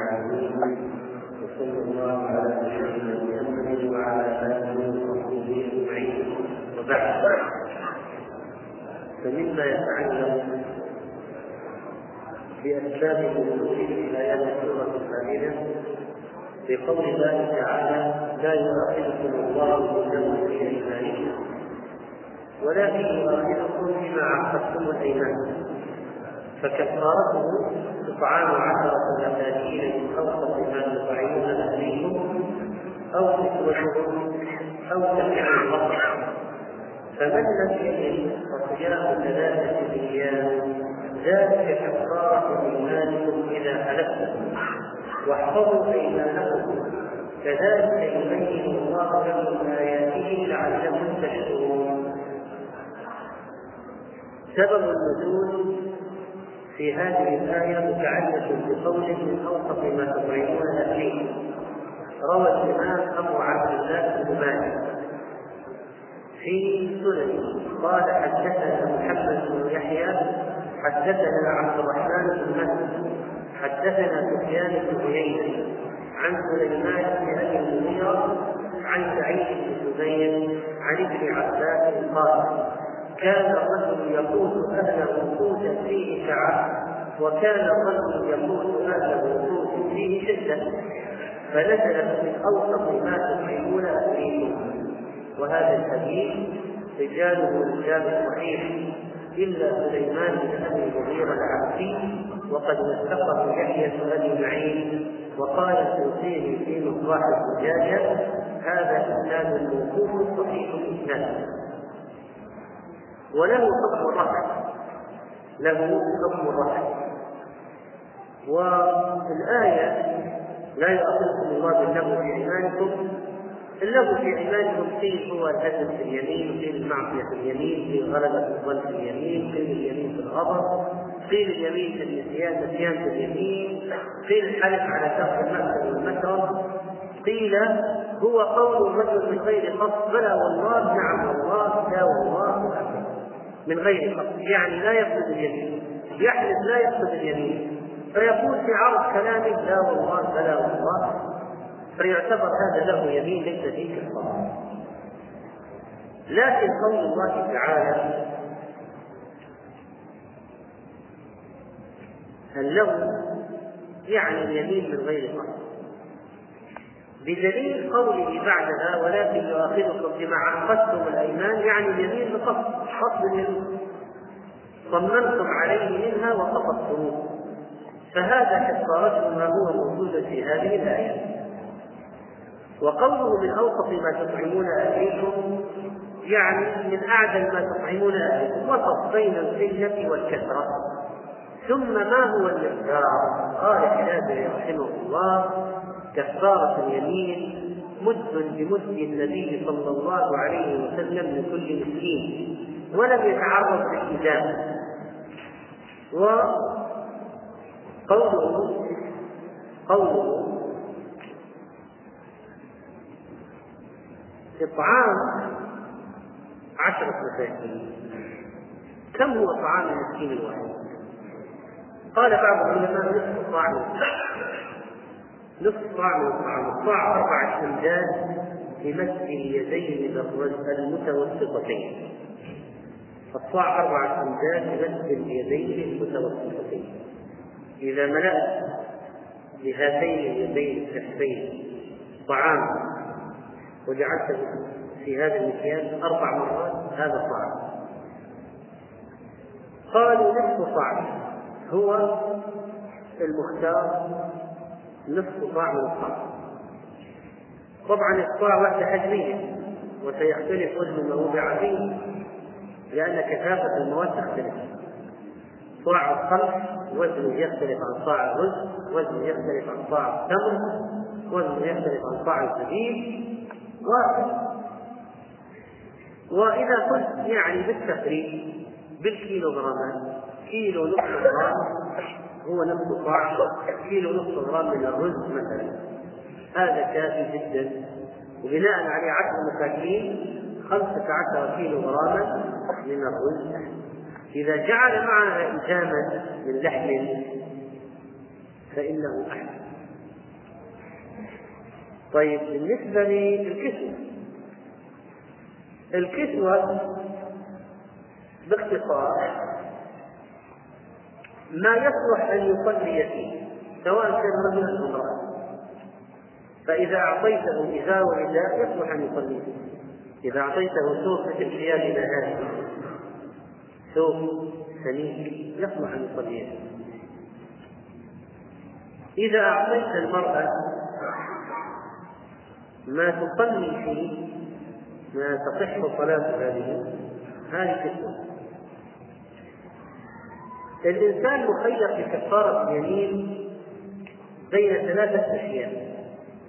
العالمين، وصلى الله على سيدنا محمد وعلى آله وصحبه أجمعين. وبعد، فمما يتعلق بأسباب نزول الآيات السورة الثانية بقول الله تعالى: لا يؤاخذكم الله باللغو في أيمانكم ولكن يؤاخذكم بما عقدتم الأيمان، فكفارته إطعام 10 مساكين من أوسط ما تطعمون أهليكم أو كسوتهم أو تحرير رقبة، فمن لم يجد فصيام 3 أيام، ذلك كفارة أيمانكم إذا حلفتم، واحفظوا أيمانكم، كذلك يبين الله لكم آياته لعلكم تشكرون. سبب النزول في هذه الآية متعلق بقول من أوسط ما تطعمون أهليكم. روى الإمام أبو عبد الله بن مالك في سنن قال: حدثنا محمد بن يحيى حدثنا عبد الرحمن بن مهدي حدثنا سفيان بن عيينة عن سليمان بن أبي المغيرة عن سعيد بن جبير عن ابن عباس قال: كان الرجل يقوت أهله قوتا فيه سعة، وكان الرجل يقوت أهله قوت فيه شدة، فنزلت من أوسط ما تطعمون أهليكم. وهذا الحديث رجاله رجال صحيح إلا سليمان بن أبي المغيرة العبسي، وقد وثقه يحيى بن أبي معين، وقال التوصيلي في مصباح الزجاجة: هذا إسناد موقوف صحيح الإسناد، وله حكم الرفع. والآية: لا يؤاخذكم الله باللغو في أيمانكم. اللغو في أيمانكم قيل هو الهدم في اليمين، قيل المعصية في اليمين، قيل غلبة الظن في اليمين، قيل اليمين في الغضب، قيل اليمين في النسيان في اليمين، قيل الحلف على ترك المأكل والمشرب، قيل هو قول الرجل من غير قصد: بلى والله، نعم والله، لا والله، من غير قصد، يعني لا يقصد اليمين، يحلف لا يقصد اليمين، فيقول في عرض كلامه: لا والله، بلى والله، فيعتبر هذا له يمين ليس فيه كفارة. لكن قول الله تعالى: اللغو يعني اليمين من غير قصد، بدليل قوله بعدها: ولكن يؤاخذكم بما عقدتم الأيمان، يعني اليمين بقصد، قصد اليمين، صممتم عليه منها وقصدتموه، فهذا كفارته ما هو موجود في هذه الآية. وقوله من أوسط ما تطعمون أهليكم يعني من أعدل ما تطعمون أهليكم، وسط بين القلة والكثرة. ثم ما هو المقدار؟ قال الشافعي رحمه الله: كفارة اليمين مد بمد النبي صلى الله عليه وسلم لكل مسكين، ولم يتعرض للإجابة. وقوله إطعام 10 مساكين، كم هو طعام المسكين الواحد؟ قال بعض العلماء: نصف صاع من الطعام. الصاع 4 أمداد بمد اليدين المتوسطتين. الصاع 4 أمداد بمد اليدين المتوسطتين. إذا ملأت بهاتين اليدين الكفين طعام وجعلته في هذا المكيال 4 مرات، هذا صاع. قالوا نصف صاع هو المختار، نصف صاع من الصاع. طبعا الصاع وحده حجمية، وسيختلف وزن ما وضع فيه لأن كثافة المواد تختلف. صاع الخلف وزنه يختلف عن صاع الرز، وزنه يختلف عن صاع التمر، وزنه يختلف عن صاع الزبيب. وإذا قلت يعني بالتقريب بالكيلوغرامات، كيلو نصف غرام هو نصف صاع، كيلو نصف غرام من الرز مثلا، هذا كافي جدا. وبناء عليه 10 مساكين 15 كيلو غراما من الرز. إذا جعل معها إجاما من لحم فإنه أحسن، طيب بالنسبة للكسوة، الكسوة باختصار ما يصلح أن يصلي فيه سواء كان رجلا أو امرأة، فإذا أعطيته إزار ورداء يصلح أن يصلي فيه. إذا أعطيته ثوب مثل ثيابنا هذه، ثوب سميك، يصلح أن يصلي فيه. إذا أعطيت المرأة ما تصلي فيه، ما تصح صلاة هذه كسوة. الإنسان مخير في كفارة اليمين بين 3 أشياء: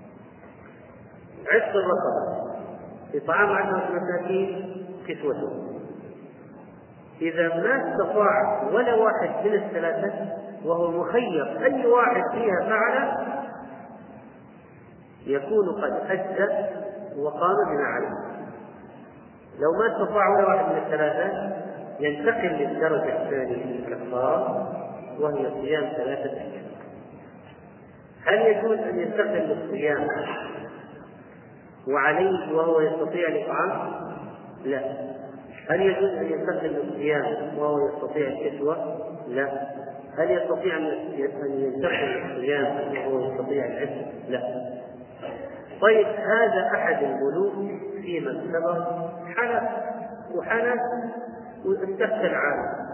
عتق الرقبة، إطعام 10 مساكين، كسوته. إذا ما استطاع ولا واحد من ال3 وهو مخير أي واحد فيها فعله، يكون قد أجزأ وقام بما عليه. لو ما استطاع ولا واحد من ال3 ينتقل للدرجة الثانية من الكفارة، وهي صيام 3 أيام. هل يجوز أن ينتقل للصيام وعليه وهو يستطيع الإطعام؟ لا. هل يجوز أن ينتقل للصيام وهو يستطيع الكسوة؟ لا. هل يستطيع أن ينتقل للصيام وهو يستطيع العتق؟ لا. طيب هذا أحد الملوك فيما سبق حلف وحلف واستفتى العالم،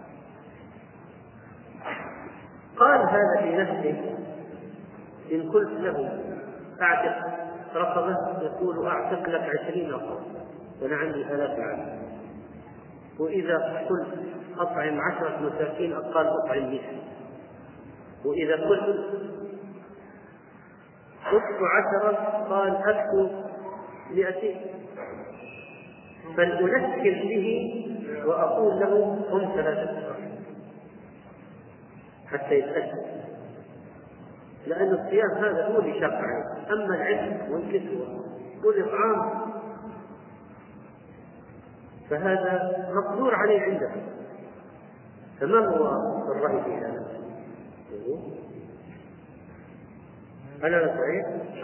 قال هذا في نفسه: إن قلت له أعتق رقبة يقول أعتق لك 20 رقبة وأنا عندي 3 عام، وإذا قلت أطعم 10 مساكين قال أطعم 100، وإذا قلت أكتب 10 قال أكتب 200. فلأنكل به وأقول له هم 3 حتى يتأكد، لأن الصيام هذا هو اللي شق عليه. أما العتق والكسوة والإطعام فهذا مقدور عليه عنده. فما هو الرأي في هذا؟ هل هذا صحيح؟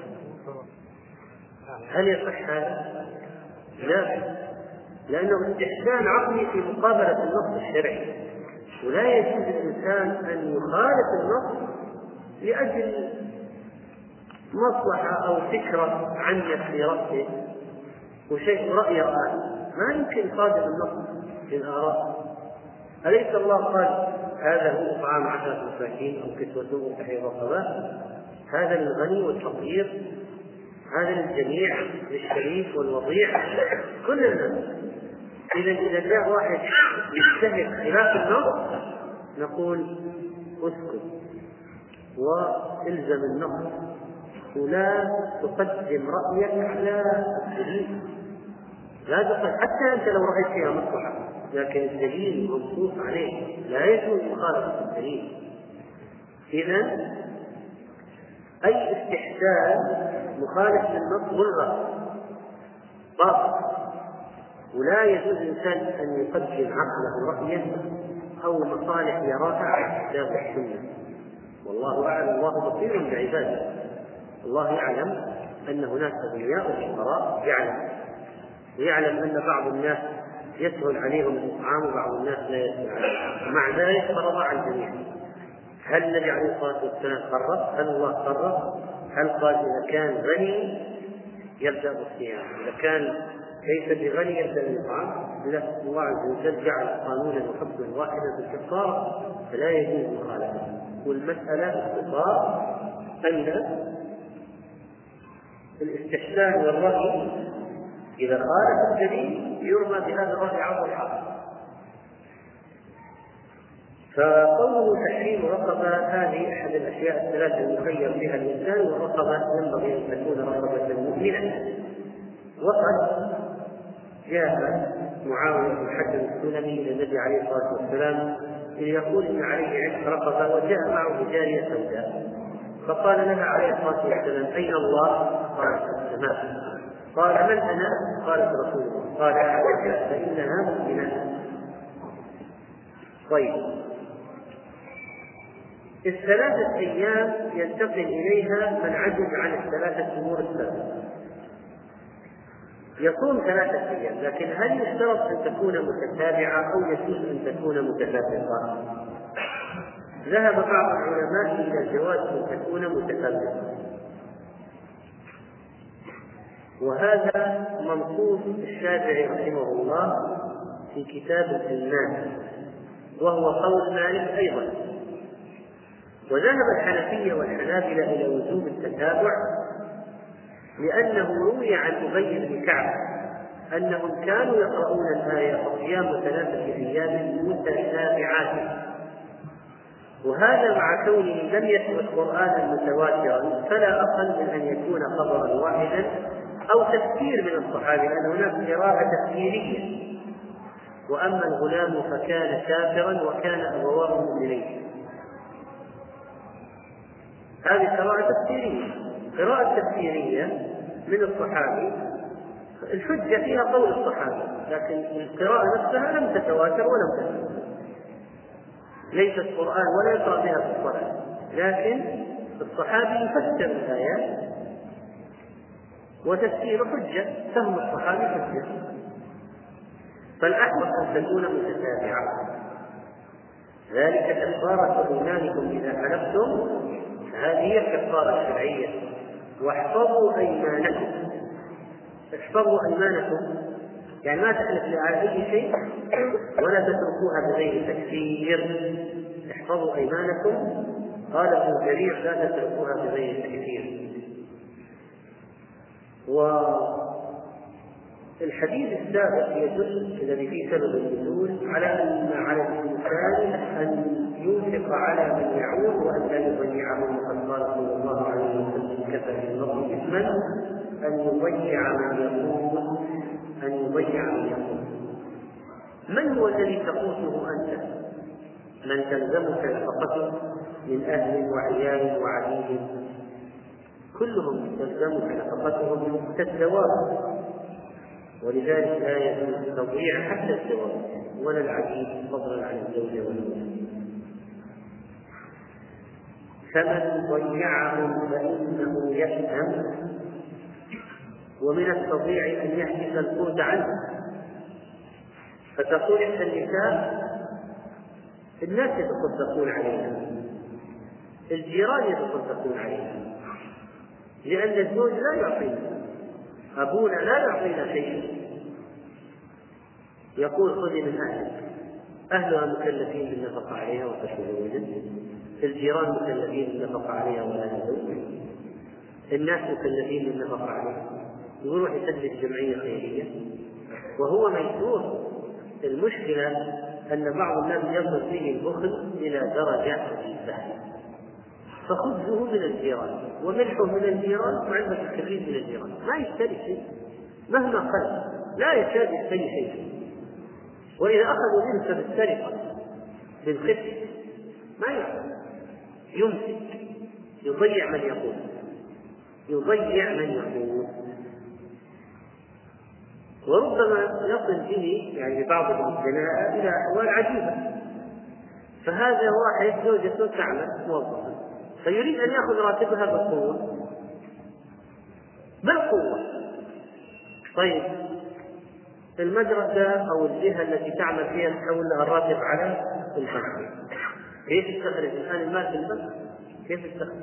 هل يصح هذا؟ لا، لأنه استحسان عقلي في مقابلة النص الشرعي، ولا يجوز الإنسان أن يخالف النص لأجل مصلحة أو فكرة عنيت في رأسه وشيء رأي ما يمكن صادق النص في الآراء. أليس الله قال هذا هو إطعام 10 مساكين أو كسوتهم وتحرير رقبة؟ هذا للغني والفقير، هذا للجميع، للشريف والوضيع، كل الناس. إذا جاء واحد يجتهد خلاف النص نقول اسكت والزم النص، ولا تقدم رأيك على الدليل. لا تقل حتى أنت لو رأيت فيها مصلحة، لكن الدليل منصوص عليه، لا يجوز مخالفة الدليل. إذن أي استحسان مخالف للنص ملغى باطل، ولا يجوز الإنسان أن يقدم عقله رأيه أو مصالح يراها على الكتاب والسنة. والله أعلم، الله بصير بعباده. الله يعلم أن هناك أغنياء وفقراء، ويعلم أن بعض الناس يسهل عليهم الإطعام وبعض الناس لا يسهل عليهم، ومع ذلك فرض على الجميع. هل النبي عليه الصلاة والسلام قرر؟ هل الله قرر؟ هل قال إذا كان غني يبدأ بالصيام، إذا كان ليس بغني يبدأ بالإطعام؟ لا، الله عز وجل جعل قانونا وحكما واحدا بالكفارة، فلا يجوز مخالفته. والمسألة باختصار أن الاستحسان والرأي إذا خالف الدليل يرمى بهذا الرأي عرض الحق. فقوله تحريم رقبة هذه أحد الأشياء الثلاثة المخير بها الإنسان، والرقبة ينبغي أن تكون رقبة مؤمنة. وقد جاء معاوية بن الحكم السلمي إلى النبي عليه الصلاة والسلام ليقول إن عليه عتق رقبة، وجاء معه جارية سوداء، فقال لها عليه الصلاة والسلام: أين الله؟ قالت: في السماء. قال: من أنا؟ قالت: رسول الله. قال: فإنها مؤمنة. طيب، الثلاثة أيام ينتقل إليها من عجز عن الثلاثة أمور السابقة، يصوم 3 أيام، لكن هل يشترط أن تكون متتابعة أو يجوز أن تكون متفرقة؟ ذهب بعض العلماء إلى جواز أن تكون متفرقة، وهذا منصوص الشافعي رحمه الله في كتاب الإمام، وهو قول مالك أيضا. وذهب الحنفية والحنابلة إلى وجوب التتابع، لأنه روي عن أبي بن كعب أنهم كانوا يقرؤون الآية وصيام 3 أيام متتابعات، وهذا مع كونه لم يثبت قرآنا متواترا فلا أقل من أن يكون خبرا واحدا أو تفسير من الصحابة، لأن هناك قراءة تفسيرية. وأما الغلام فكان كافرا وكان أبواه مؤمنين، هذه قراءة تفسيرية. قراءة تفسيرية من الصحابي الحجة فيها قول الصحابي، لكن القراءة نفسها لم تتواتر ولم تثبت، ليست قرآن ولا يقرأ بها في الصلاة، لكن الصحابي يفسر الآيات، وتفسير حجة، فهم الصحابي حجة، فالأحوط أن تكون متتابعة. ذلك كفارة أيمانكم إذا حلفتم، هذه هي الكفارة الشرعية. واحفظوا أيمانكم، احفظوا أيمانكم يعني ما تحلف على أي شيء ولا تتركوها بغير تكفير. احفظوا أيمانكم، قال ابن جرير لا تتركوها بغير تكفير. والحديث السابق يدل الذي فيه سبب النزول على أن على الإنسان أن ينفق على من يعود وأن لا يضيعه، وقد قال صلى الله عليه وسلم كفى بالمرء إثما أن يضيع من يقول، أن يضيع من يقول. من هو الذي تقوته أنت؟ من تلزمك نفقته من أهل وعيال وعبيد، كلهم تلزمك نفقتهم كالثواب، ولذلك لا يجوز تضييع حتى الثواب ولا العبيد فضلا عن الزوجة والولد. فمن ضيعهم فإنه يأثم، ومن التضييع أن يحدث القوت عنه. فتقول إحدى النساء الناس يتصدقون علينا، الجيران يتصدقون علينا، لأن الزوج لا يعطينا، أبونا لا يعطينا شيء. يقول خذي من أهلك، أهلها مكلفين بالنفقة عليها وتزوجها، الجيران مكلفين بالنفقة عليها ولا تزوج، الناس مكلفين بالنفقة عليها، يروح يسدد جمعية خيرية وهو ميسور. المشكلة أن بعض الناس يصل فيه البخل إلى درجة عجيبة، فخذه من الجيران ومنحه من الجيران وعندك الكثير من الجيران، ما يشتري شيء مهما قل، لا يكاد يشتري شيء. وإذا أخذوا منك بالسرقة بالخفة ما يأخذ، يمسك، يضيع من يقول، يضيع من يقول. وربما يصل به يعني بعض الزناء إلى أحوال عجيبة. فهذا واحد زوجته تعمل موظفة فيريد أن يأخذ راتبها بالقوة. طيب المدرسة أو الجهة التي تعمل فيها تحول لها الراتب على البنك، كيف تستخرج الآن المال في البنك؟ كيف تستخرج؟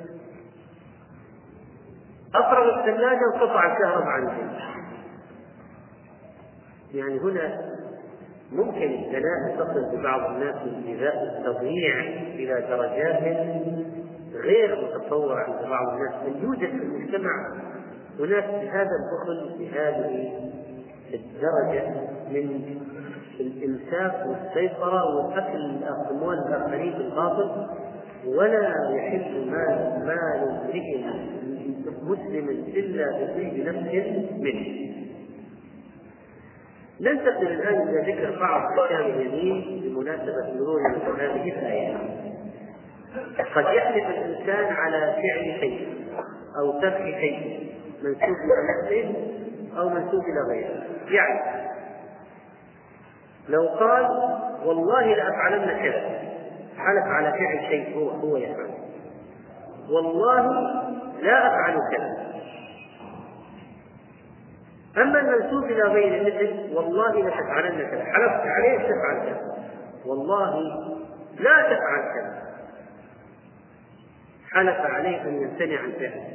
أفرغ الثلاجة وقطع الكهرباء عن البيت. يعني هنا ممكن الزنا تصل ببعض الناس من التضييع إلى درجات غير متصورة عند بعض الناس. من يوجد في المجتمع وناس بهذا البخل بهذه الدرجة من الإمساك والسيطرة والأكل أموال الآخرين بالباطل، ولا يحل مال امرئ مسلم إلا بطيب نفس منه. ننتقل الآن إلى ذكر بعض أحكام اليمين بمناسبة مرور هذه الآيات. قد يحلف الإنسان على فعل شيء أو ترك شيء منسوب إلى نفسه أو منسوب إلى غيره. يعني لو قال والله لأفعلن كذا، حلف على فعل شيء هو يفعل، والله لا أفعل كذا. أما المنسوب إلى غير مثل والله لتفعلن كذا، حلفت عليه تفعل كذا، والله لا تفعل كذا، حلف عليه أن يمتنع عن فعله.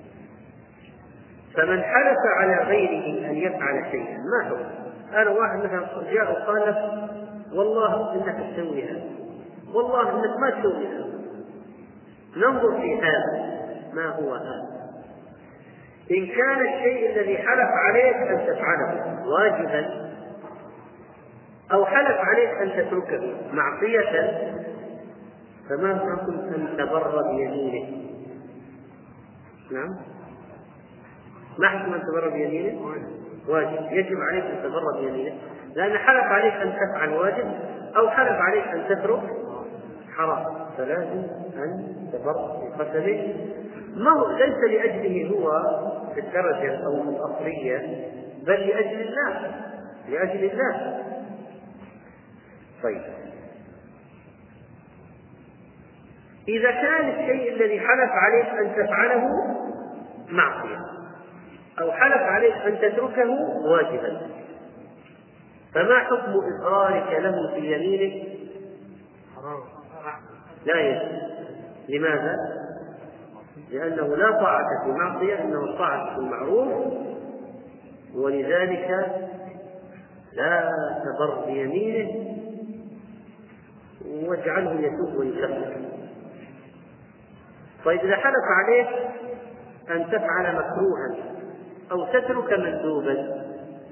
فمن حلف على غيره أن يفعل شيئا ما هو؟ أنا واحد مثلا جاء وقال لك والله إنك تسوي هذا، والله إنك ما تسوي هذا، ننظر في هذا ما هو هذا. إن كان الشيء الذي حلف عليك أن تفعله واجبا، أو حلف عليك أن تتركه معصية، فما حكم أن تبر بيمينه؟ نعم، ما حكم أن تبر بيمينه؟ واجب، يجب عليك أن تبر بيمينه، لأن حلف عليك أن تفعل واجب أو حلف عليك أن تترك حرام، فلازم أن تبر بقسمه. ما هو ليس لأجله هو في الدرجة أو الأصلية، بل لأجل الله، لأجل الله. طيب، إذا كان الشيء الذي حلف عليك أن تفعله معصية أو حلف عليك أن تتركه واجبا، فما حكم إقرارك له في يمينه؟ لا يجب. لماذا؟ لأنه لا طاعة في معصية، إنه الطاعة في المعروف، ولذلك لا تبر بيمينه واجعله يتوب ويكفر. طيب، إذا حلف عليك أن تفعل مكروها أو تترك مندوبا،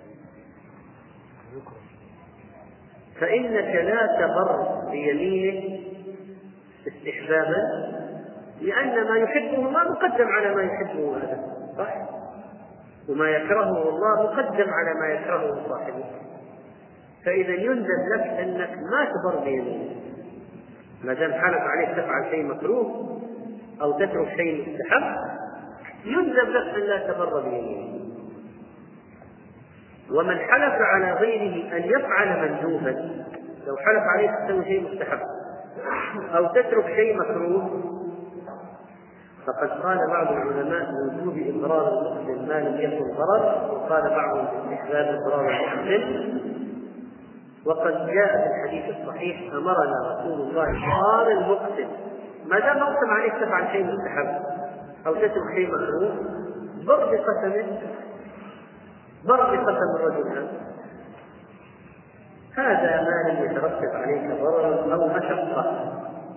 فإنك لا تبر بيمينه استحبابا، لأن ما يحبه الله مقدم على ما يحبه هذا، صح؟ وما يكرهه الله مقدم على ما يكرهه صاحبه، فإذا يندب لك أنك ما تبر بيمينه، ما دام حلف عليك تفعل شيء مكروه أو تترك شيء مستحب، يندب لك أن لا تبر بيمينه. ومن حلف على غيره أن يفعل مندوبا، لو حلف عليك تسوي شيء مستحب أو تترك شيء مكروه، فقد قال بعض العلماء بوجوب إضرار المحسن ما لم يكن ضرر، وقال بعضهم باستحباب إضرار المحسن. وقد جاء في الحديث الصحيح أمرنا رسول الله قال المقسم ما دام أقسم عليك تفعل شيء مستحب أو تترك شيء مكروه، بر بقسمه، بر بقسم الرجل هذا ما لم يترتب عليك ضرر أو مشقة.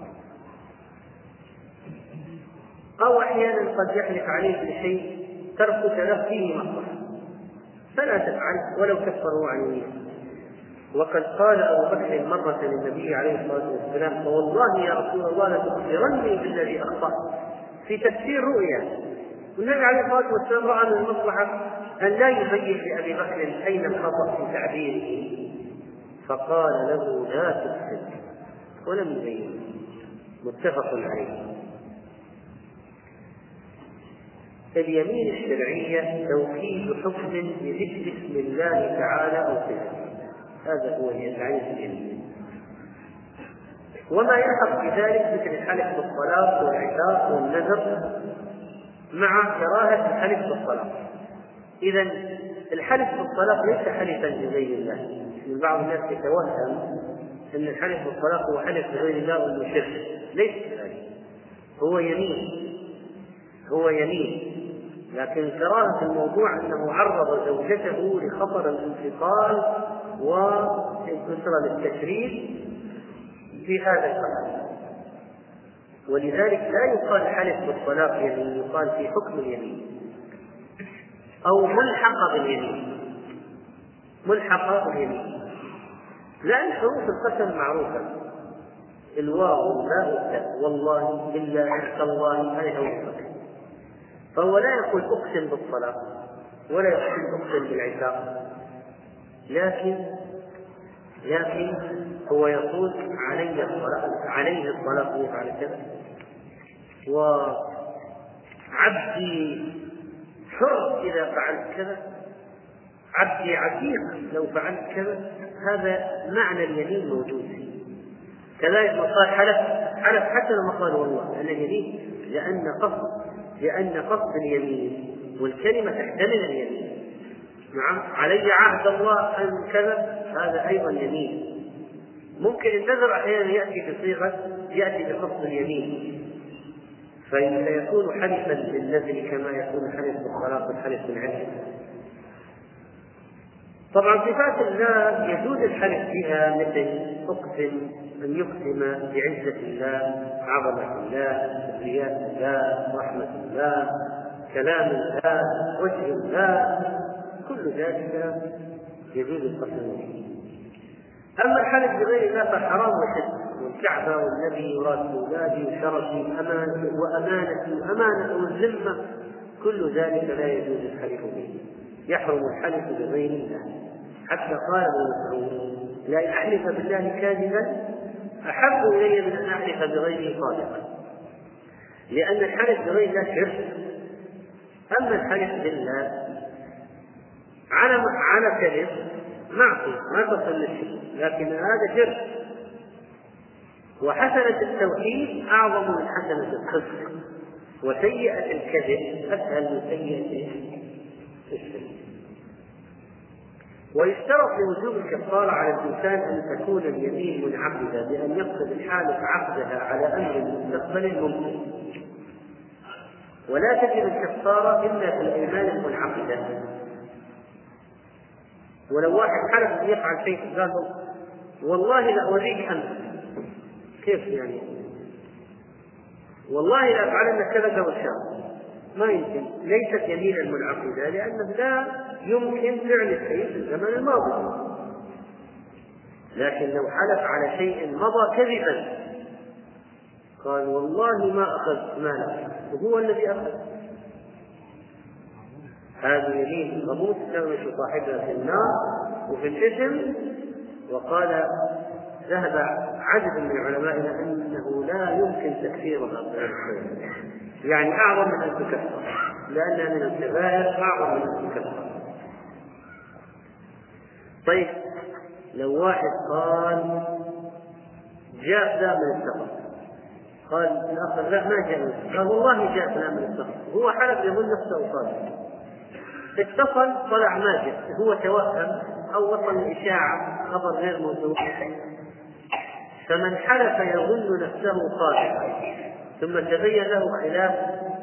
أو أحيانا قد يحلف عليك بشيء تركك له فيه مصلحة فلا تفعل ولو كفروا عن يمينه. وقد قال أبو بكر مرة للنبي عليه الصلاة والسلام فوالله يا رسول الله لتخبرني بالذي أخطأت، في تفسير رؤيا، والنبي عليه الصلاة والسلام رأى من المصلحة أن لا يبين لأبي بكر أين الخطأ في تعبيره، فقال له لا تفسد ولم يبين. متفق عليه. اليمين الشرعية توكيد حكم بذكر اسم الله تعالى أو صفته، هذا هو تعريف اليمين. وما يلحق بذلك مثل الحلف بالطلاق والعتاق والنذر مع كراهة الحلف بالطلاق. إذا الحلف بالطلاق ليس حلفا لغير الله. بعض الناس يتوهم أن الحلف بالطلاق هو حلف لغير الله وأنه شرك، ليس كذلك، هو يمين، هو يمين، لكن كراهة الموضوع أنه عرض زوجته لخطر الانفصال وانتصر للتشريد بهذا القدر، ولذلك لا يقال حلف بالطلاق يمين، يقال في حكم اليمين أو ملحق باليمين، ملحق باليمين، لأن حروف القسم معروفة، الواو والباء والتاء، والله إلا أنت الله هذه حروف القسم، فهو لا يقول أقسم بالطلاق ولا يقول أقسم بالعتاق، لكن هو يقول عليه الطلاق يفعل كذا، وعبدي حر إذا فعلت كذا، عبدي عتيق لو فعلت كذا. هذا معنى اليمين موجود فيه. كذلك ما قال حلف حتى لما قال والله، لأن اليمين لأن قصد اليمين والكلمة تحتمل اليمين. نعم، علي عهد الله أن كذا، هذا أيضا يمين. ممكن النذر أحيانا يأتي بقصد اليمين، فيكون حلفا بالنذر كما يكون حلف بالطلاق والحلف بالعشق. طبعا صفات الله يجوز الحلف بها، مثل أن يقسم بعزة الله، عظمة الله، كبرياء الله، رحمة الله، كلام الله، وجه الله، كل ذلك يجوز القسم به. أما الحلف بغير الله فحرام وشد، والكعبة والنبي وراد أولادي وشرفي وأمانة والذمة، كل ذلك لا يجوز الحلف به، يحرم الحلف بغير الله. حتى قال ابن مسعود: لا أحلف بالله كاذبا أحب إلي من أن أحلف بغيره صادقا، لأن الحلف بغير الله شرك. أما الحلف بالله على كذب معصية ما تصل للشرك، لكن هذا شرك. وحسنة التوحيد أعظم من حسنة الصدق، وسيئة الكذب أسهل من سيئة الشرك. ويشترط لوجوب الكفارة على الإنسان أن تكون اليمين منعقدة، بأن يقصد الحالف عقدها على أمر مستقبل ممكن، ولا تجب الكفارة إلا في الأيمان المنعقدة. ولو واحد حلف أن يفعل شيء قال والله لا أوريك أنت، كيف يعني؟ والله لا أفعلن كذا قبل شهر، ما يمكن، ليست يمينا منعقدة، لأنه لا يمكن فعل الشيء في الزمن الماضي. لكن لو حلف على شيء مضى كذبا، قال والله ما أخذت مالك وهو الذي أخذ، هذه يمين غموس تغمس صاحبها في النار وفي الإثم. وقال ذهب عدد من علمائنا أنه لا يمكن تكفيرها، يعني أعظم من أن تكفر، لأنها من الكبائر أعظم من أن تكفر. طيب لو واحد قال جاء فلان من السفر، قال الآخر لا ما جاء من السفر، قال والله جاء فلان من السفر، هو حلف يظن نفسه صادق، اتصل طلع ما جاء، هو توهم أو وصل الإشاعة خبر غير موضوع. فمن حلف يظن نفسه صادقا ثم تبين له خلاف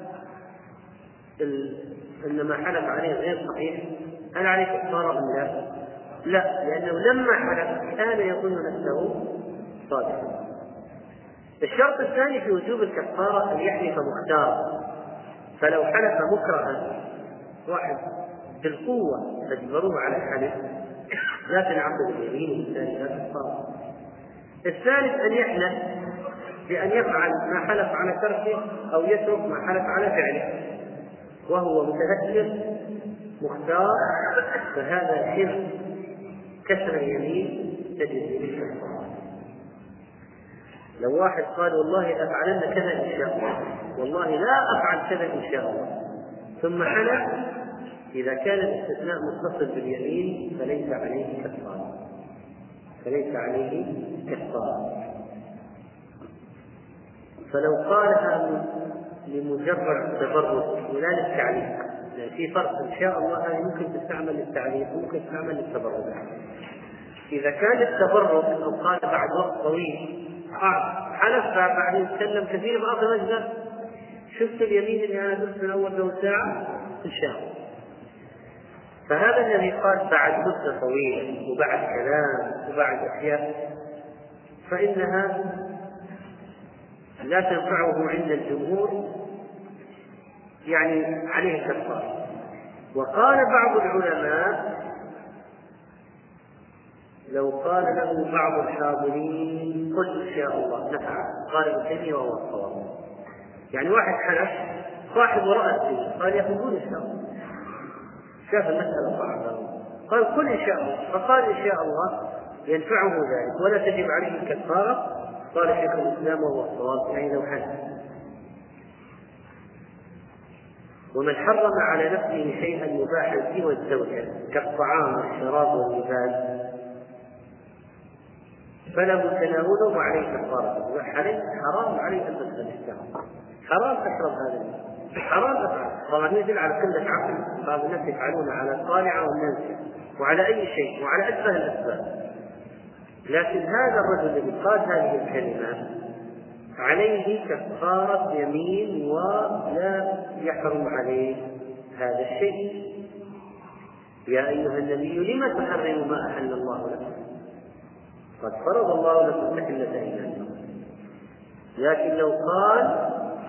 أن ما حلف عليه غير صحيح، هل عليه كفارة أم لا؟ لا، لأنه لما حلف كان يظن نفسه صادقا. الشرط الثاني في وجوب الكفارة أن يحلف مختارا، فلو حلف مكرها واحد بالقوة فاجبروه على الحلف لا تنعقد اليمين، والثاني لا كفارة. الثالث أن يحلف بأن يفعل ما حلف على تركه أو يترك ما حلف على فعله وهو متذكر مختار، فهذا شرك كسر اليمين تجد بالكفارة. لو واحد قال والله لأفعلن كذا إن شاء الله، والله لا أفعل كذا إن شاء الله، ثم حلف، إذا كان الاستثناء متصل باليمين فليس عليه كفارة، فلو قالها لمجرد التبرك ولا للتعليق، في فرق إن شاء الله هذه ممكن تستعمل للتعليق وممكن تستعمل للتبرك. إذا كان التبرك أو قال بعد وقت طويل حلف بعد يتكلم كثير في آخر مجلس، شفت اليمين اللي أنا قلت من أول له ساعة إن شاء الله، فهذا الذي قال بعد مدة طويلة وبعد كلام وبعد أشياء فإنها لا تنفعه عند الجمهور، يعني عليه كفارة. وقال بعض العلماء لو قال له بعض الحاضرين قل إن شاء الله نفع، قال ابن تيمية وهو الصواب، يعني واحد حلف صاحب رأى قال يقول إن شاء الله، شاف المسألة صعبة قال قل إن شاء الله، فقال إن شاء الله ينفعه ذلك ولا تجب عليه الكفارة، قال شيخ الإسلام وهو الصواب، يعني لو حلف. ومن حرم على نفسه شيئا مباحا سوى الزوجة كالطعام والشراب واللباس فله تناوله وعليه كفارته. عليه حرام عليه أن تدخل الشهر، حرام تشرب هذا الماء، حرام تفعل. طبعا يدل على قلة عقل بعض الناس يفعلون على الطالعة والنازلة وعلى أي شيء وعلى أشبه الأسباب. لكن هذا الرجل الذي قال هذه الكلمة عليه كفارة يمين ولا يحرم عليه هذا الشيء. يا أيها النبي لم تحرم ما أحل الله لك قد فرض الله لكم تحلة أيمانكم. لكن لو قال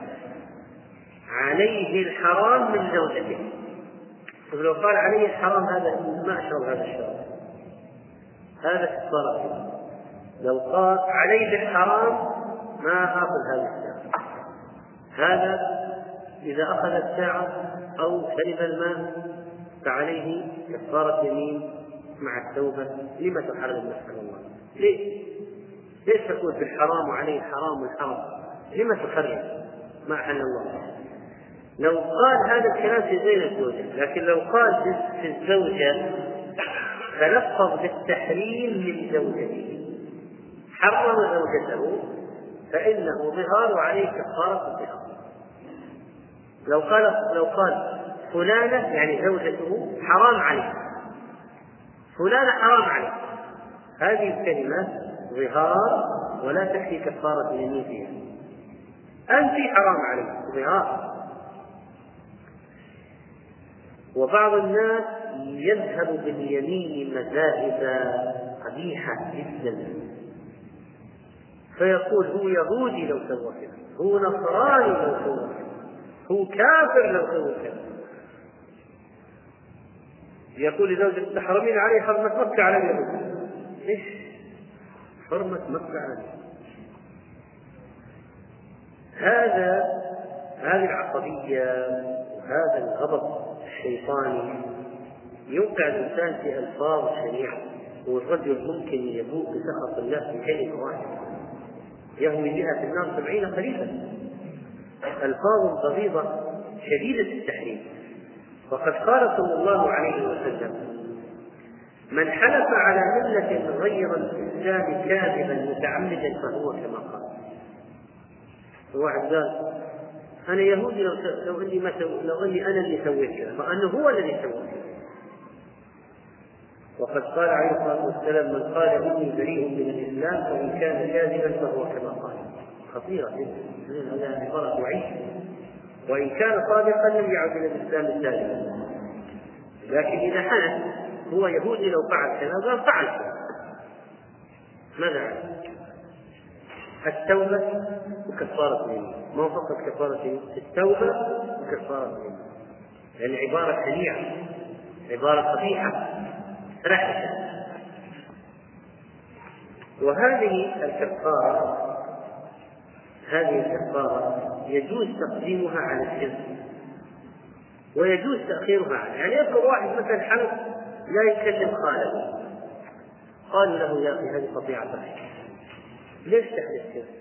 عليه الحرام من زوجته، لو قال عليه الحرام هذا ما أشرب هذا الشراب، هذا كفارة. لو قال عليه الحرام ما آخذ هذا الشراب، هذا إذا أخذ الساعة أو شرب الماء فعليه كفارة يمين مع التوبة. لما تحرم ما أحل الله؟ ليش تقول بالحرام وعليه الحرام والحرام؟ لما تحرم ما أحل الله؟ لو قال هذا الكلام في غير الزوجة، لكن لو قال في الزوجة تلفظ بالتحريم من زوجته، حرم زوجته، فإنه ظهار وعليه كفارة الظهار. لو قال فلانة يعني زوجته حرام عليه، فلانة حرام عليه، هذه الكلمة ظهار ولا تكفي كفارة اليمين فيها. أنت حرام عليه ظهار. وبعض الناس يذهب باليمين مذاهب قبيحة جدا، فيقول هو يهودي لو سوى كذا، هو نصراني لو سوى كذا، هو كافر لو سوى كذا. يقول لزوجته تحرمين عليه حرمة مكة على اليهود. إيش حرمة مكة على اليهود؟ هذه العصبية وهذا الغضب الشيطاني يوقع الإنسان في ألفاظ الشريعة، والرجل ممكن يبوء بسخط الله في كلمة واحدة يهوي بها في النار 70 خريفا. ألفاظ غليظة شديدة التحريم. وقد قال صلى الله عليه وسلم: من حلف على ملة غير الإسلام كاذبا متعمدا فهو كما قال. واحد قال أنا يهودي لو أني أنا اللي سويت كذا، فأنه هو الذي سوى كذا. وقد قال عليه الصلاة والسلام: من قال إني بريء من الإسلام فإن كان كاذبا فهو كما قال. خطيرة جدا، هذا عبارة وعيد. وإن كان صادقا لم يعد إلى الإسلام الثاني. لكن إذا حلف هو يهودي لو فعل كذا قال فعل كذا، ماذا عليه؟ التوبة وكفارة اليمين، ما فقط كفارة اليمين، التوبة وكفارة اليمين، لأن عبارة شنيعة، عبارة قبيحة رحشة. وهذه الكفارة يجوز تقديمها على الحلف ويجوز تأخيرها عنه. يعني يذكر واحد مثلا حلف لا يكلم خاله، قال له يا أخي هذه قطيعة رحم، ليش تحلف كذا؟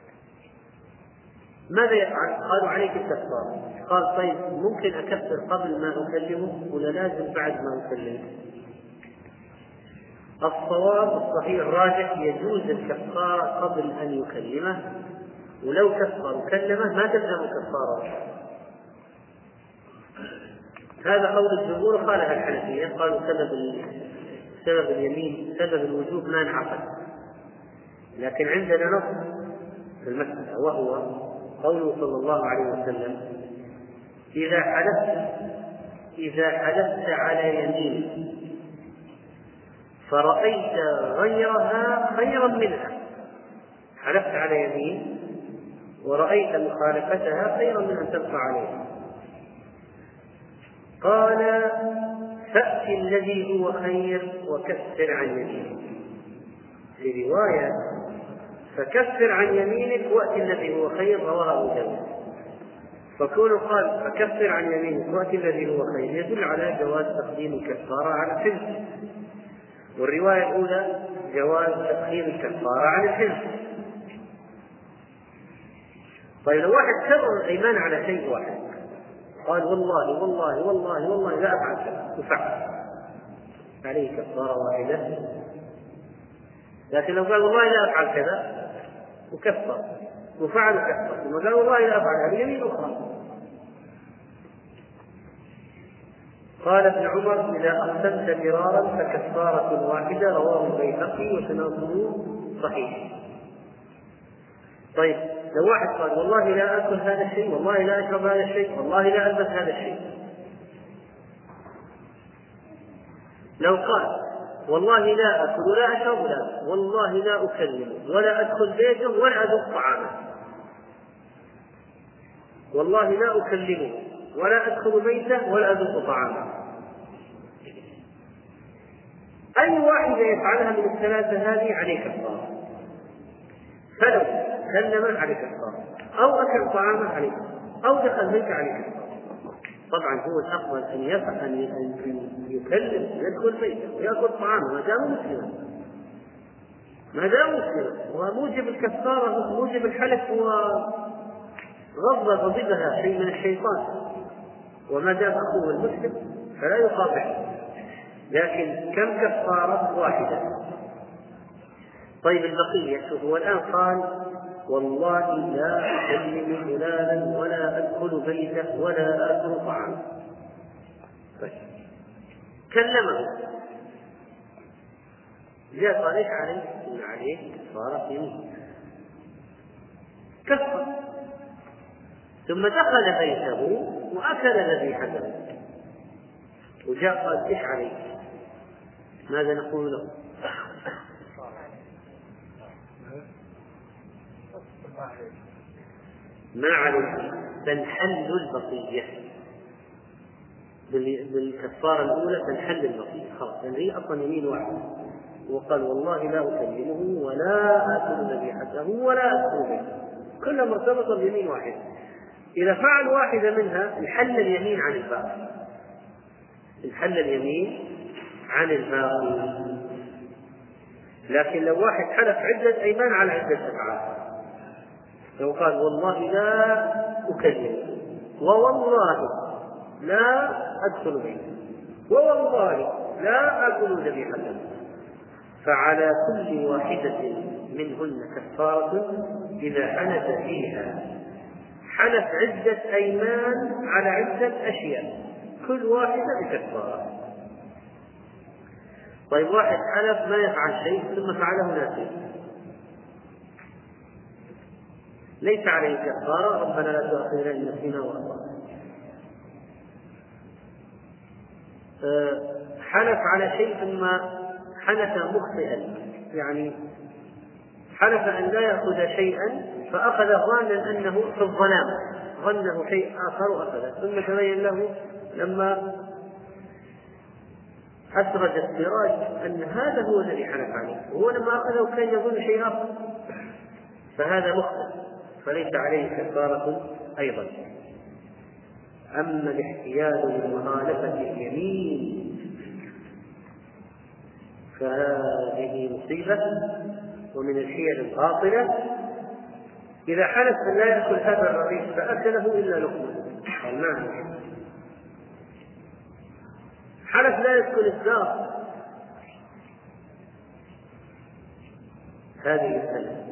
ماذا يفعل؟ قالوا عليك الكفارة. قال طيب ممكن أكفر قبل ما أكلمه ولا لازم بعد ما أكلمه؟ الصواب الصحيح الراجح يجوز الكفارة قبل أن يكلمه، ولو كفر وكلمه ما تلزم كفارة. هذا قول الجمهور، قالها الحنفية، قالوا سبب اليمين سبب الوجوب ما انعقد. لكن عندنا نص في المسألة، وهو قوله صلى الله عليه وسلم: إذا حلفت على يمين فرأيت غيرها خيرا منها، حلفت على يمين ورأيت مخالفتها خيرا من أن تبقى عليها، قال فأت الذي هو خير وكفر عن يمينك. في رواية فكفر عن يمينك وأت الذي هو خير، رواه أبو داود. فكونه قال فكفر عن يمينك وأت الذي هو خير يدل على جواز تقديم الكفارة على الحلف، والرواية الأولى جواز تأخير الكفارة عن الحلف. طيب لو واحد كرر الإيمان على شيء واحد، قال والله والله والله والله لا أفعل كذا وفعل، عليه كفارة واحدة لكن لو قال والله لا أفعل كذا وكفر، وفعل كفر، ثم قال والله لا أفعل، هذه يمين أخرى. قال ابن عمر: إذا أقسمت مرارا فكفارة واحدة، رواه البيهقي وسنده صحيح. طيب لو واحد قال والله لا آكل هذا الشيء، والله لا أشرب هذا الشيء، والله لا ألبس هذا الشيء. لو قال والله لا أكل ولا أشرب ولا، والله لا أكلم ولا أدخل بيته ولا أذوق طعامه، والله لا أكلمه ولا أدخل بيته ولا أذوق طعامه، أي واحدة يفعلها من الثلاثة هذه عليه كفارة. فلو كلم عليه كفارة، أو أكل طعامه عليه، أو دخل بيته عليه كفارة. طبعا هو الأفضل أن يفعل أن يكلم يدخل بيته ويأكل طعامه ما دام مسلما، ما دام مسلما. وموجب الكفارة موجب الحلف هو غضبها شيء من الشيطان، وما دام أخوه المسلم فلا يقاطعه. لكن كم كفارة؟ واحدة. طيب البقية، شوف هو الآن قال والله لا أكلم فلانا ولا أدخل بيته ولا آكل طعامه. طيب كلمه، جاء قال ايش عليه؟ إن عليه كفارة يمين، كفر. ثم دخل بيته وأكل ذبيحته، وجاء قال ايش عليه؟ ماذا نقول له؟ ما عليه، تنحل البقية بالكفارة الأولى، تنحل البقية خلاص، لأن هي أصلا يمين واحد. وقال والله لا أكلمه ولا آكل ذبيحته ولا أدخل بيته، كلها مرتبطة بيمين واحد. إذا فعل واحدة منها انحل اليمين عن الباقي، انحل اليمين عن الباقي. لكن لو واحد حلف عدة أيمان على عدة أفعال، لو قال والله لا أكلم، ووالله لا أدخل بيته، ووالله لا أكل ذبيحته، فعلى كل واحدة منهن كفارة إذا حلف فيها. حلف عدة أيمان على عدة أشياء، كل واحدة بكفارة. طيب واحد حلف ما يفعل شيء ثم فعله ناسيا، ليس عليه كفارة، ربنا لا تؤاخذنا إن نسينا وأخطأنا. حلف على شيء ثم حلف مخطئا، يعني حلف أن لا يأخذ شيئا فأخذ ظانا أنه في الظلام، ظنه شيء آخر وأخذه، ثم تبين له لما أسرج السراج أن هذا هو الذي حلف عليه، وهو لما أخذه كان يظن شيء آخر، فهذا مخطئ فليس عليه كفارة أيضا. أما الاحتيال من مخالفة اليمين فهذه مصيبة ومن الحيل الباطلة. إذا حلف أن لا يأكل هذا الرغيف فأكله إلا لقمة، قال نعم. حلف لا يأكل الدار، هذه السنة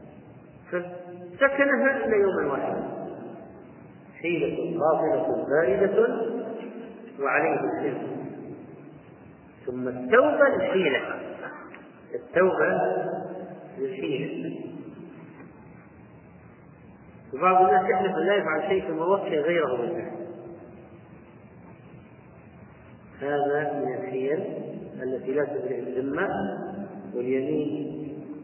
فسكنها إلا يوما واحدا. حيلة باطلة باردة وعليه الإثم. ثم التوبة للحيلة، التوبة للحيلة. وبعض الناس يحلف أن لا يفعل شيء ثم وكل غيره بالله، هذا من الحيل التي لا تبرئ الذمة. واليمين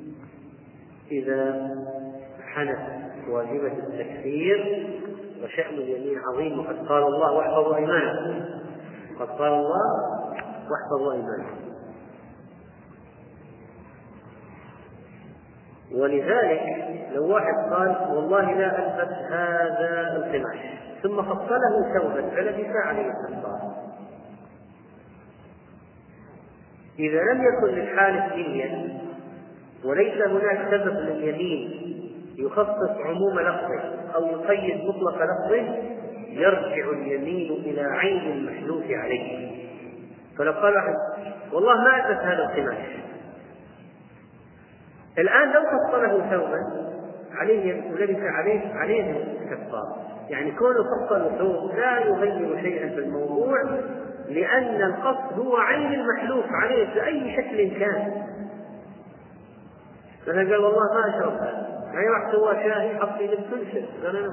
إذا حنث واجبة التكفير، وشأن اليمين عظيم، وقد قال الله واحفظوا أيمانكم، قد قال الله واحفظوا أيمانكم. ولذلك لو واحد قال والله لا ألبس هذا القماش ثم فصله ثوبا فلبس عليه الكفارة، إذا لم يكن للحالف نية وليس هناك سبب لليمين يخصص عموم لفظه أو يقيد مطلق لفظه، يرجع اليمين إلى عين المحلوف عليه. فلو قال واحد والله ما ألبس هذا القماش، الآن لو فصله ثوبا عليه ولبس عليه الكفارة. يعني كونه فصل ثوب لا يغير شيئا في الموضوع، لأن القصد هو عين المحلوف عليه بأي شكل كان. مثلا قال والله ما أشرب هذا، يعني راح سوى شاهي حط لي كل شيء،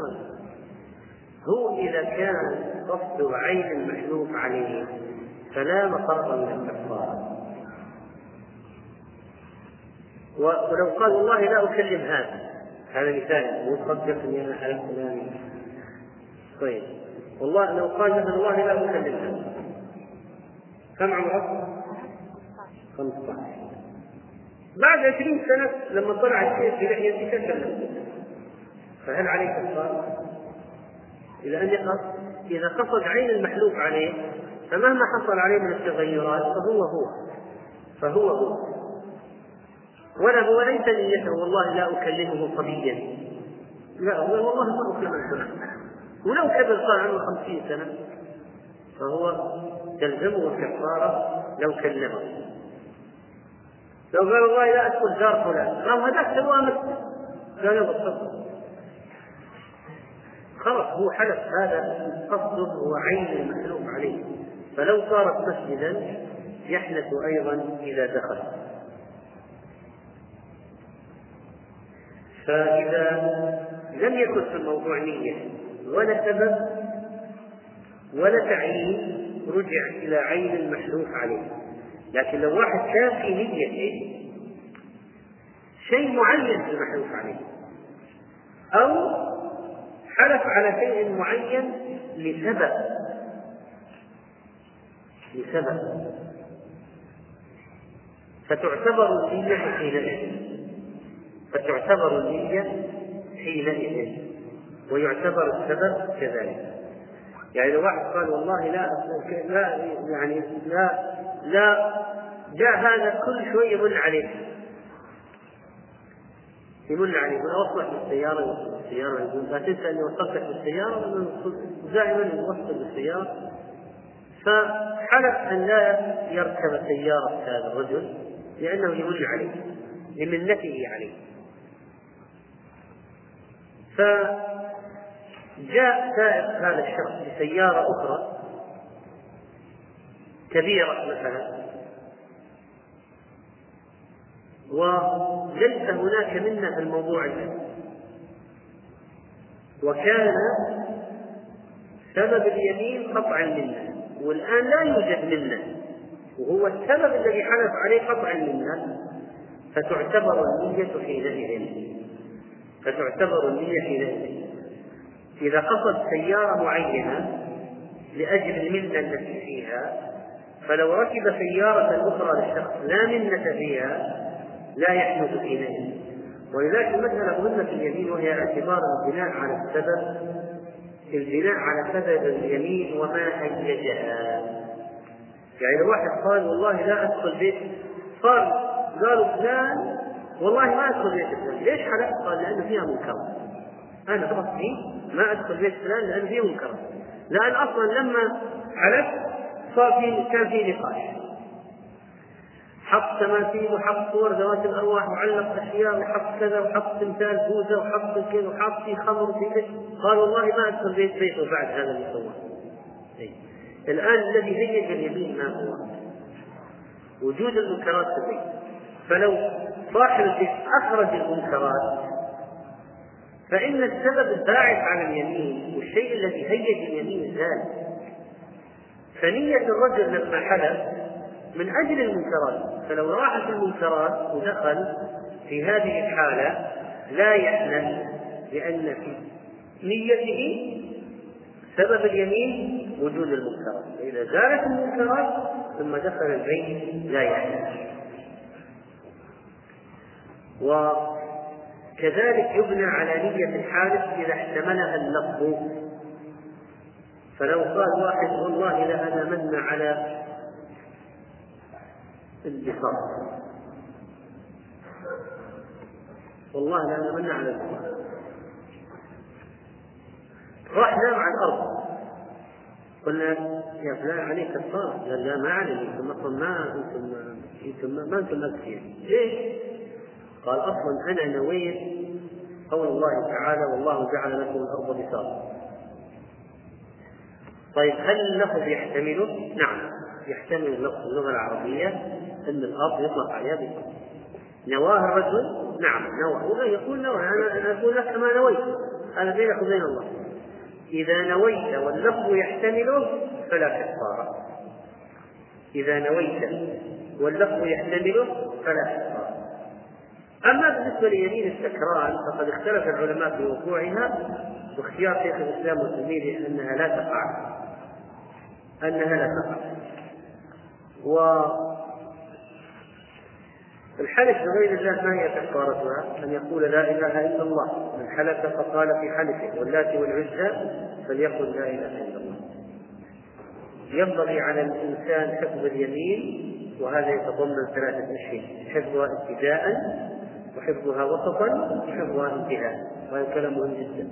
هو إذا كان قصد عين المحلوف عليه فلا مفر من الكفارة. ولو قال والله لا أكلم هذا مثال مصدق اني انا حلفت فلان، طيب والله لو قال مثلا والله لا اكلم هذا، كم عمره؟ 15. بعد 20 سنة لما طلع الشيء في لحيته كلم، فهل عليه كفارة؟ إذا قصد عين المحلوف عليه فمهما حصل عليه من التغيرات فهو ولا ليس نيته والله لا أكلمه صبيا، لا هو والله ما أكلمه، ولو كبر صار عنه 50 سنة فهو تلزمه الكفارة لو كلمه. لو قال والله لا أدخل دار فلان، أو هذاك سوى مسجد، قال له بالصبر خلاص هو حلف، هذا قصده هو عين المحلوف عليه، فلو صارت مسجدا يحنث أيضا إذا دخل. فإذا لم يكن في الموضوع نية ولا سبب ولا تعيين رجع إلى عين المحلوف عليه. لكن لو واحد كان في نية شيء معين في المحلوف عليه، أو حلف على شيء معين لسبب فتعتبر النية حينئذ ويعتبر السبب كذلك. يعني لو واحد قال والله لا جاء هذا كل شوي يمن عليه وأصلح بالسيارة يقول لا تنسى أني وصلتك بالسيارة، دائما يوصل بالسيارة، فحلف أن لا يركب سيارة هذا الرجل لأنه يمن عليه لمنته عليه. فجاء سائق هذا الشخص بسيارة أخرى كبيرة مثلا، وليس هناك منه الموضوع الذي، وكان سبب اليمين قطعا منه، والآن لا يوجد منه وهو السبب الذي حلف عليه قطعا منه، فتعتبر النية حينئذ. إذا قصد سيارة معينة لأجل المنة التي فيها، فلو ركب سيارة أخرى للشخص لا منة فيها لا يحدث حينئذ. ولذلك المسألة مهمة في اليمين، وهي اعتبار البناء على سبب اليمين وما هيجها. يعني لو واحد قال والله لا أدخل بيت، قالوا فلان والله ما أدخل بيت فلان، ليش حلف؟ قال لأنه فيها منكر، أنا قصدي ما أدخل بيت فلان لأنه فيه منكر، لأن أصلا لما حلف كان في نقاش، حط تماثيل وحط صور ذوات الأرواح وعلق أشياء وحط كذا وحط تمثال بوزة وحط كذا وحط فيه خمر في بيت، قال والله ما أدخل بيته بعد هذا اللي سواه. الآن الذي هيج اليمين ما هو وجود المنكرات في البيت، فلو صاحب البيت أخرج المنكرات فإن السبب الباعث على اليمين والشيء الذي هيج اليمين زال. فنية الرجل لما حلف من أجل المنكرات، فلو راحت المنكرات ودخل في هذه الحالة لا يحنث، لأن في نيته سبب اليمين وجود المنكرات، فإذا زالت المنكرات ثم دخل البيت لا يحنث. وكذلك يبنى على نية الحالف إذا احتملها اللفظ، فلو قال واحد والله لا أنا من على البساط، والله لا أنا من على البساط، راح نام على الأرض، قلنا يا فلان عليك كفارة، قال لا ما علي، أنتم ما أنتم مكفيين. ليش؟ قال أصلا أنا نويت قول الله تعالى والله جعل لكم الأرض بساطا. طيب هل اللفظ يحتمله؟ نعم يحتمل اللفظ اللغة العربية أن الأرض يطلق عليها بساطا. نواه الرجل، نعم نوى، يقول نوى، أنا أقول لك ما نويت، هذا بينك وبين الله. إذا نويت واللفظ يحتمله فلا كفارة. إذا نويت واللفظ يحتمله فلا كفارة. أما بالنسبة ليمين السكران فقد اختلف العلماء في وقوعها، واختيار شيخ الإسلام وتلميذه أنها لا تقع، والحلف بغير الله ما هي كفارتها؟ أن يقول لا إله إلا الله، من حلف فقال في حلفه واللات والعزى فليقل لا إله إلا الله. ينبغي على الإنسان حفظ اليمين، وهذا يتضمن 3 أشياء: حفظها ابتداء، وحفظها وسطا، وحفظها انتهاء. وهذا كلام مهم جدا.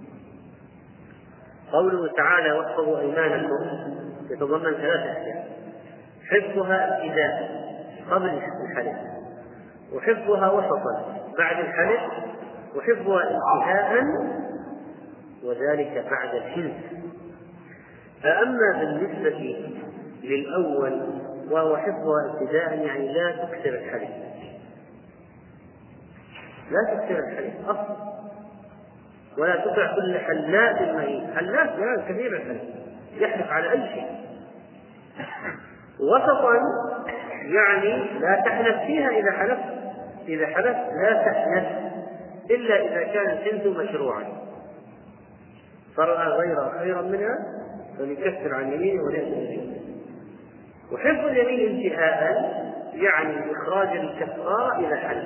قوله تعالى واحفظوا أيمانكم يتضمن 3 أشياء: حفظها ابتداء قبل الحلف، وحفظها وسطا بعد الحلف، وحفظها انتهاء وذلك بعد الحلف. فأما بالنسبة للأول وهو حفظها ابتداء يعني لا تكثر الحلف، لا تكثر الحلف أصلا، ولا تطع كل حلاف مهين. حلاف لا كثير الحلف، يحلف على أي شيء. وسطا يعني لا تحنث فيها إذا حلفت لا تحنث إلا إذا كان الحنث مشروعا، فرأى غيرها خيرا منها فليكفر عن يمينه وليأتي بالشرك. وحفظ اليمين انتهاء يعني إخراج الكفارة إلى حل.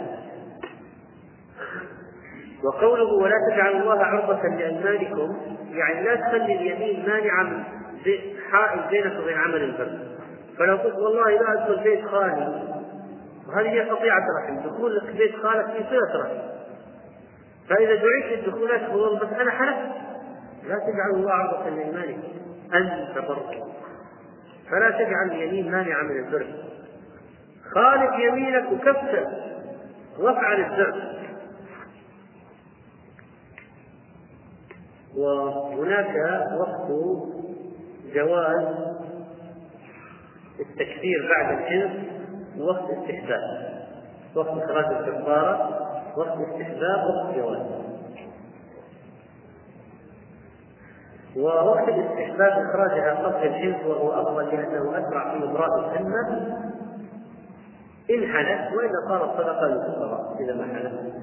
وقوله ولا تجعلوا الله عرضة لأيمانكم يعني لا تخلي اليمين مانعا حائل بينك وبين عمل البر. فلو قلت والله لا أدخل بيت خالي، وهذه هي قطيعة رحم، دخول لك بيت خالك في صلة رحم، فإذا دعيت للدخول أدخل بس أنا حلفت، لا تجعلوا الله عرضة لأيمانكم أن تبروا، فلا تجعل اليمين مانعا من البر. خالف يمينك وكفر وافعل البر. وهناك وقت جواز التكفير بعد الحنث ووقت استحباب، وقت إخراج الكفارة، وقت استحباب، وقت جواز. ووقت الاستحباب إخراجها قبل الحنث وهو أفضل لأنه أسرع في إبراء الذمة إن حلف، وإذا قال الصدقة للفقراء إذا ما حلف.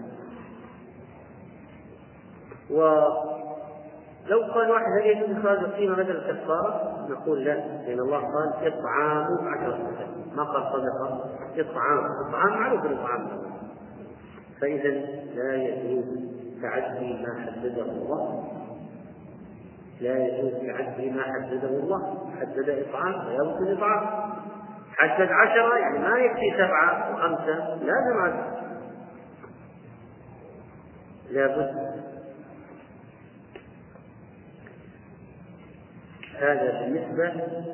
ولو قال واحد هل يجوز إخراج القيمة بدل الكفارة؟ نقول لا، لأن الله قال إطعام 10 مساكين، ما قال صدقة، إطعام معروف الإطعام. فإذا لا يجوز تعدي ما حدده الله، لا يجوز تعدي ما حدده الله. حدد إطعام فلا يمكن إطعام، حدد 10 يعني ما يكفي 7 و5، لازم 10، لابد. هذا بالنسبة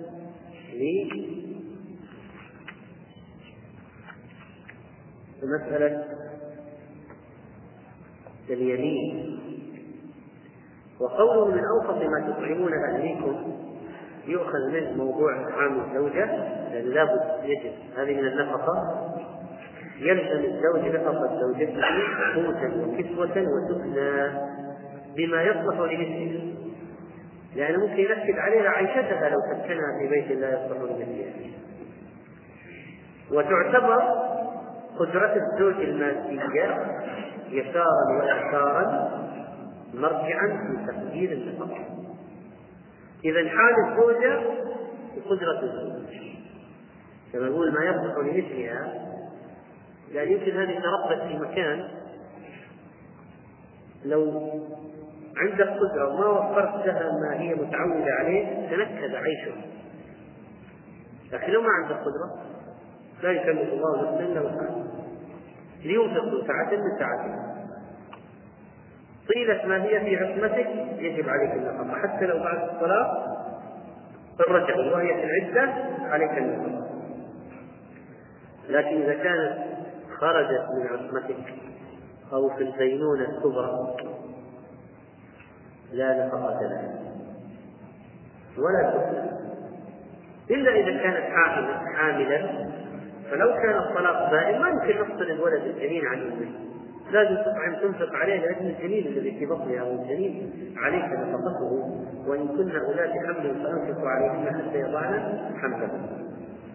لمسألة اليمين. وقوله من أوسط ما تطعمون أهليكم يؤخذ منه موضوع إطعام الزوجة، لأن لابد يجب هذه من النفقة، يلزم الزوج نفقة زوجته قوتا وكسوة وسكنى بما يصلح لمثله، لأنه ممكن ينكد عليها عيشتها لو سكنها في بيت لا يصلح لمثلها. وتعتبر قدرة الزوج المادية يسارا ويسارا مرجعا في تقدير النفقة. إذا حال الزوجة وقدرة الزوج كما نقول ما يصلح لمثلها، يعني يمكن هذه تربت في مكان لو عندك قدرة وما وفرت لها ما هي متعودة عليه تنكد عيشها، لكن لو ما عندك قدرة لا يكلف الله نفسا إلا وسعها، لينفق سعة من سعته. طيلة ما هي في عصمتك يجب عليك النفقة، حتى لو بعد الصلاة الرجل وهي في العدة عليك النفقة. لكن إذا كانت خرجت من عصمتك أو في البينونة الكبرى لا نفقة لها ولا تفلح، إلا إذا كانت حاملا. فلو كان الطلاق بائن ما يمكن نفصل الولد الجنين عن أمه، لازم تنفق عليه لأجل الجنين الذي في بطنها، والجنين عليك نفقته، وإن كن أولاد حمل فأنفقوا عليهن حتى يضعن حملهن.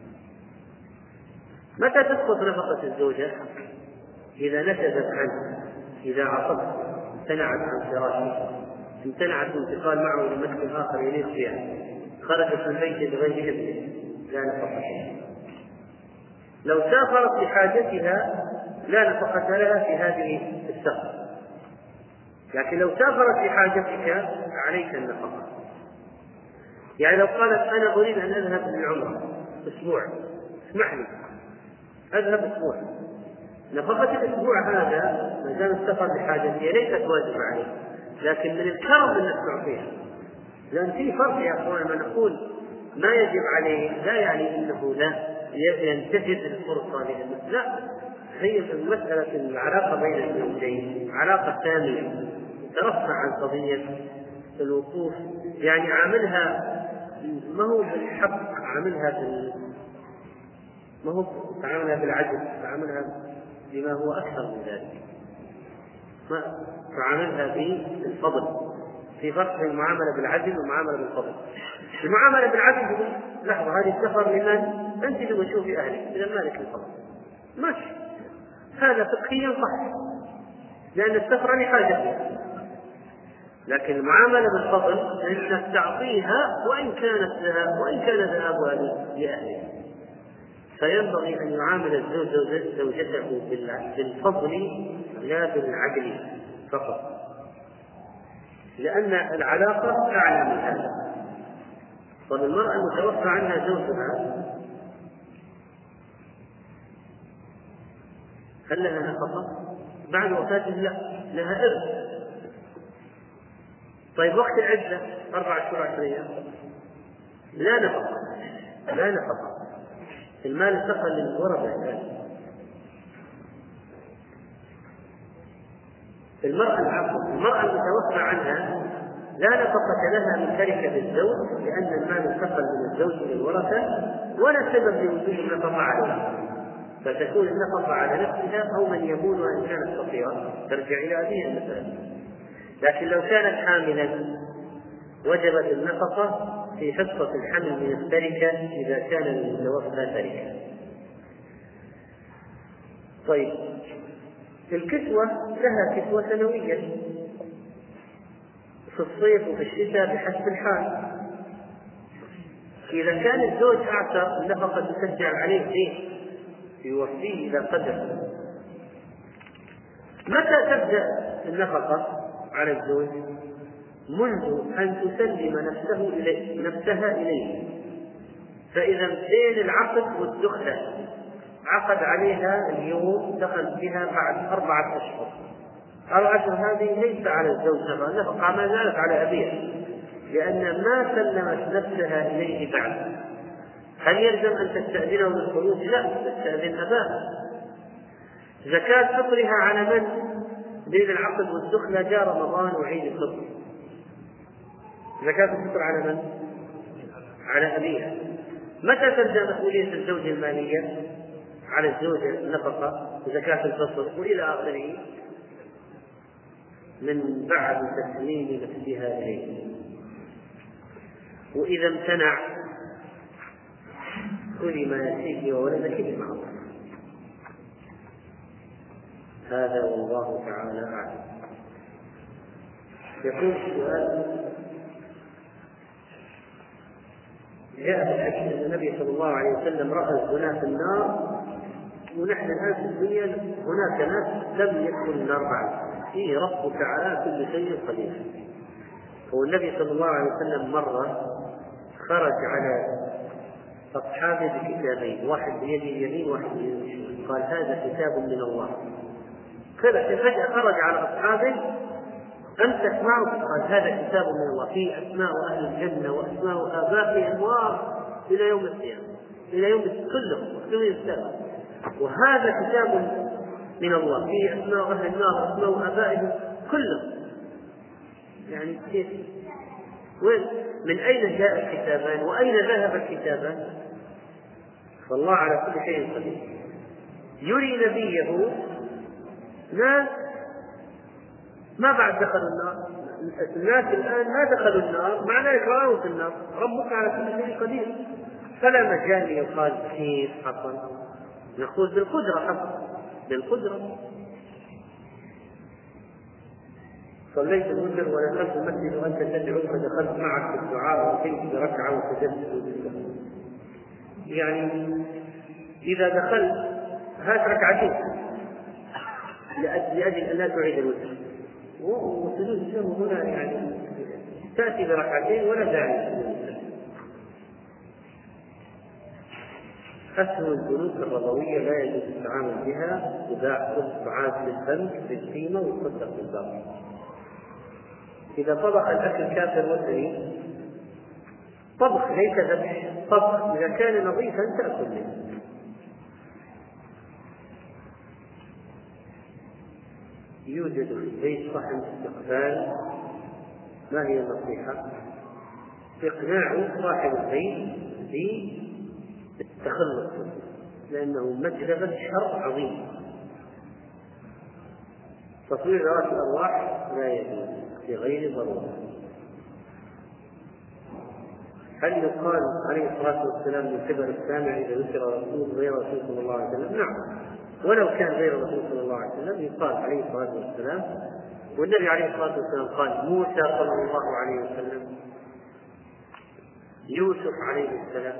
متى تسقط نفقة الزوجة؟ إذا نشزت عنه، إذا عصبت، امتنعت عن فراشه، امتنعت الانتقال معه إلى مسكن آخر يليق بها، خرجت من البيت بغير إذنه، لا نفقة. لو سافرت لحاجتها لا نفقة لها في هذه السفر، لكن لو سافرت لحاجتك عليك النفقة. يعني لو قالت أنا أريد أن أذهب للعمرة أسبوع، اسمح لي أذهب أسبوع، نفقة الأسبوع هذا ما دام السفر لحاجتها ليست واجب عليه، لكن من الكرم أنك تعطيها. لأن في فرق يا أخوان، ما نقول ما يجب عليه لا يعني أنه لا ينتهز الفرصة لأنه لا، هي المسألة العلاقة بين الزوجين علاقة ثانية، ترفع عن قضية الوقوف، يعني عاملها ما هو بالحق، عاملها ما هو تعاملها بالعدل، تعاملها بما هو أكثر من ذلك، ما تعاملها بالفضل. في فرق بين المعاملة بالعدل والمعاملة بالفضل. المعاملة بالعدل تقول لحظة هذه السفر لمن؟ أنت اللي بتشوفي أهلك، إذا مالك الفضل ماشي، هذا فقهيا صح لأن السفر لحاجتها. لكن المعاملة بالفضل أنك تعطيها وإن كان ذهابها لأهلها. فينبغي أن يعامل الزوج زوجته بالفضل لا بالعدل فقط، لأن العلاقة أعلى من هذا. طب المرأة المتوفى عنها زوجها هل لها نفقة؟ بعد وفاته لا، لها إرث. طيب وقت العدة 4 أشهر 10 أيام لا نفقة، لا نفقة، المال انتقل للورثة. المرأة المتوفى عنها لا نفقة لها من تركة الزوج، لأن المال انتقل من الزوج للورثة، ولا سبب لوجود النفقة عليها، فتكون النفقة على نفسها أو من يمون وإن كانت فقيرة ترجع إلى أبيها مثلا. لكن لو كانت حاملا وجبت النفقة في حصة الحمل من التركة إذا كان للمتوفى تركة. طيب الكسوة لها كسوة سنوية في الصيف وفي الشتاء بحسب الحال. إذا كان الزوج أعطى النفقة تسجل عليه دين يوفيه إذا قدر. متى تبدأ النفقة على الزوج؟ منذ أن تسلم نفسها إليه. فإذا بين العقد والدخلة عقد عليها اليوم، دخل بها بعد 4 أشهر. 4 أشهر هذه ليس على الزوج نفقة، ما زالت على أبيها، لأن ما سلمت نفسها إليه بعد. هل يلزم أن تستأذنه للخروج؟ لا، تستأذن أباه. زكاة فطرها على من؟ بين العقد والدخلة جاء رمضان وعيد الفطر. زكاة الفطر على من؟ على أبيها. متى تبدأ مسؤولية الزوج المالية؟ على الزوجة النفقة وزكاة الفطر وإلى آخره، من بعد تسليم نفسها إليه. وإذا امتنع كل ما يأتيك وولدك بالمعروف. هذا والله تعالى أعلم. يقول السؤال: جاء في الحديث أن النبي صلى الله عليه وسلم رأى الزنا في النار، ونحن الآن في الدنيا هناك ناس لم يدخل النار بعد، فيه رب تعالى كل شيء قدير. والنبي صلى الله عليه وسلم مرة خرج على أصحابه بكتابين، واحد بيده اليمين وواحد بيده الشمال، قال هذا كتاب من الله. فجأة خرج على أصحابه: أن تسمعوا؟ قال هذا كتاب من الله فيه أسماء أهل الجنة وأسماء آبائهم أنوار إلى يوم القيامة، إلى يوم كلهم يستمع. وهذا كتاب من الله، فيه أسماء أهل النار، أسماء آبائهم كلهم. يعني كيف؟ وين؟ من أين جاء الكتابان وأين ذهب الكتابان؟ فالله على كل شيء قدير. يري نبيه ناس ما بعد دخلوا النار، الناس الآن ما دخلوا النار، مع ذلك رأوا في النار. ربك على كل شيء قدير، فلا مجال يقال كيف حصل، نقول بالقدرة حصل، بالقدرة. صليت الوتر ودخلت المسجد وأنت تدعو فدخلت معك في الدعاء وقمت بركعة وسجدت. يعني إذا دخلت هات ركعتين لأجل أن لا تعيد الوتر، وسجود السهو هنا يعني تأتي بركعتين ولا داعي. أسهم البنوك الربوية لا يجوز التعامل بها، تباع تعاد للبنك بالقيمة وتصدق بالباقي. إذا طبخ الأكل كافر وثني، طبخ ليس ذبح، طبخ إذا كان نظيفا تأكل منه. يوجد في البيت صحن استقبال، ما هي النصيحة؟ إقناع صاحب البيت بالتخلص، لأنه مجلبة شر عظيم. تصوير ذوات الأرواح لا يجوز بغير ضرورة. هل يقال عليه الصلاة والسلام من قبل السامع إذا ذكر رسول غير رسول صلى الله عليه وسلم؟ نعم، ولو كان غير الرسول صلى الله عليه وسلم يقال عليه الصلاة والسلام. والنبي عليه الصلاة والسلام قال موسى صلى الله عليه وسلم، يوسف عليه السلام.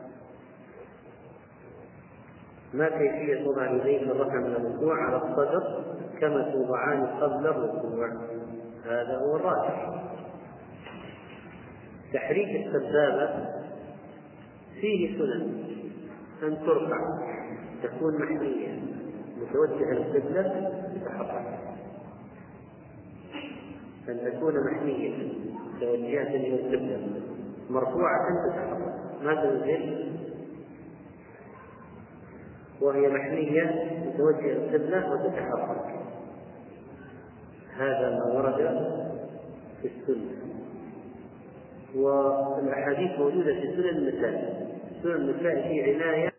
ما كيفية وضع اليدين في الركعة من الركوع على الصدر كما توضعان قبل الركوع؟ هذا هو الراجح. تحريك السبابة فيه سنن، أن ترفع تكون محمية متوجهة للقبلة تتحرك، أن تكون محمية متوجهة للقبلة مرفوعة تتحرك، ما تنزل، وهي محمية متوجهة للقبلة وتتحرك. هذا ما ورد في السنة، والأحاديث موجودة في سنن النسائي. سنن النسائي في عناية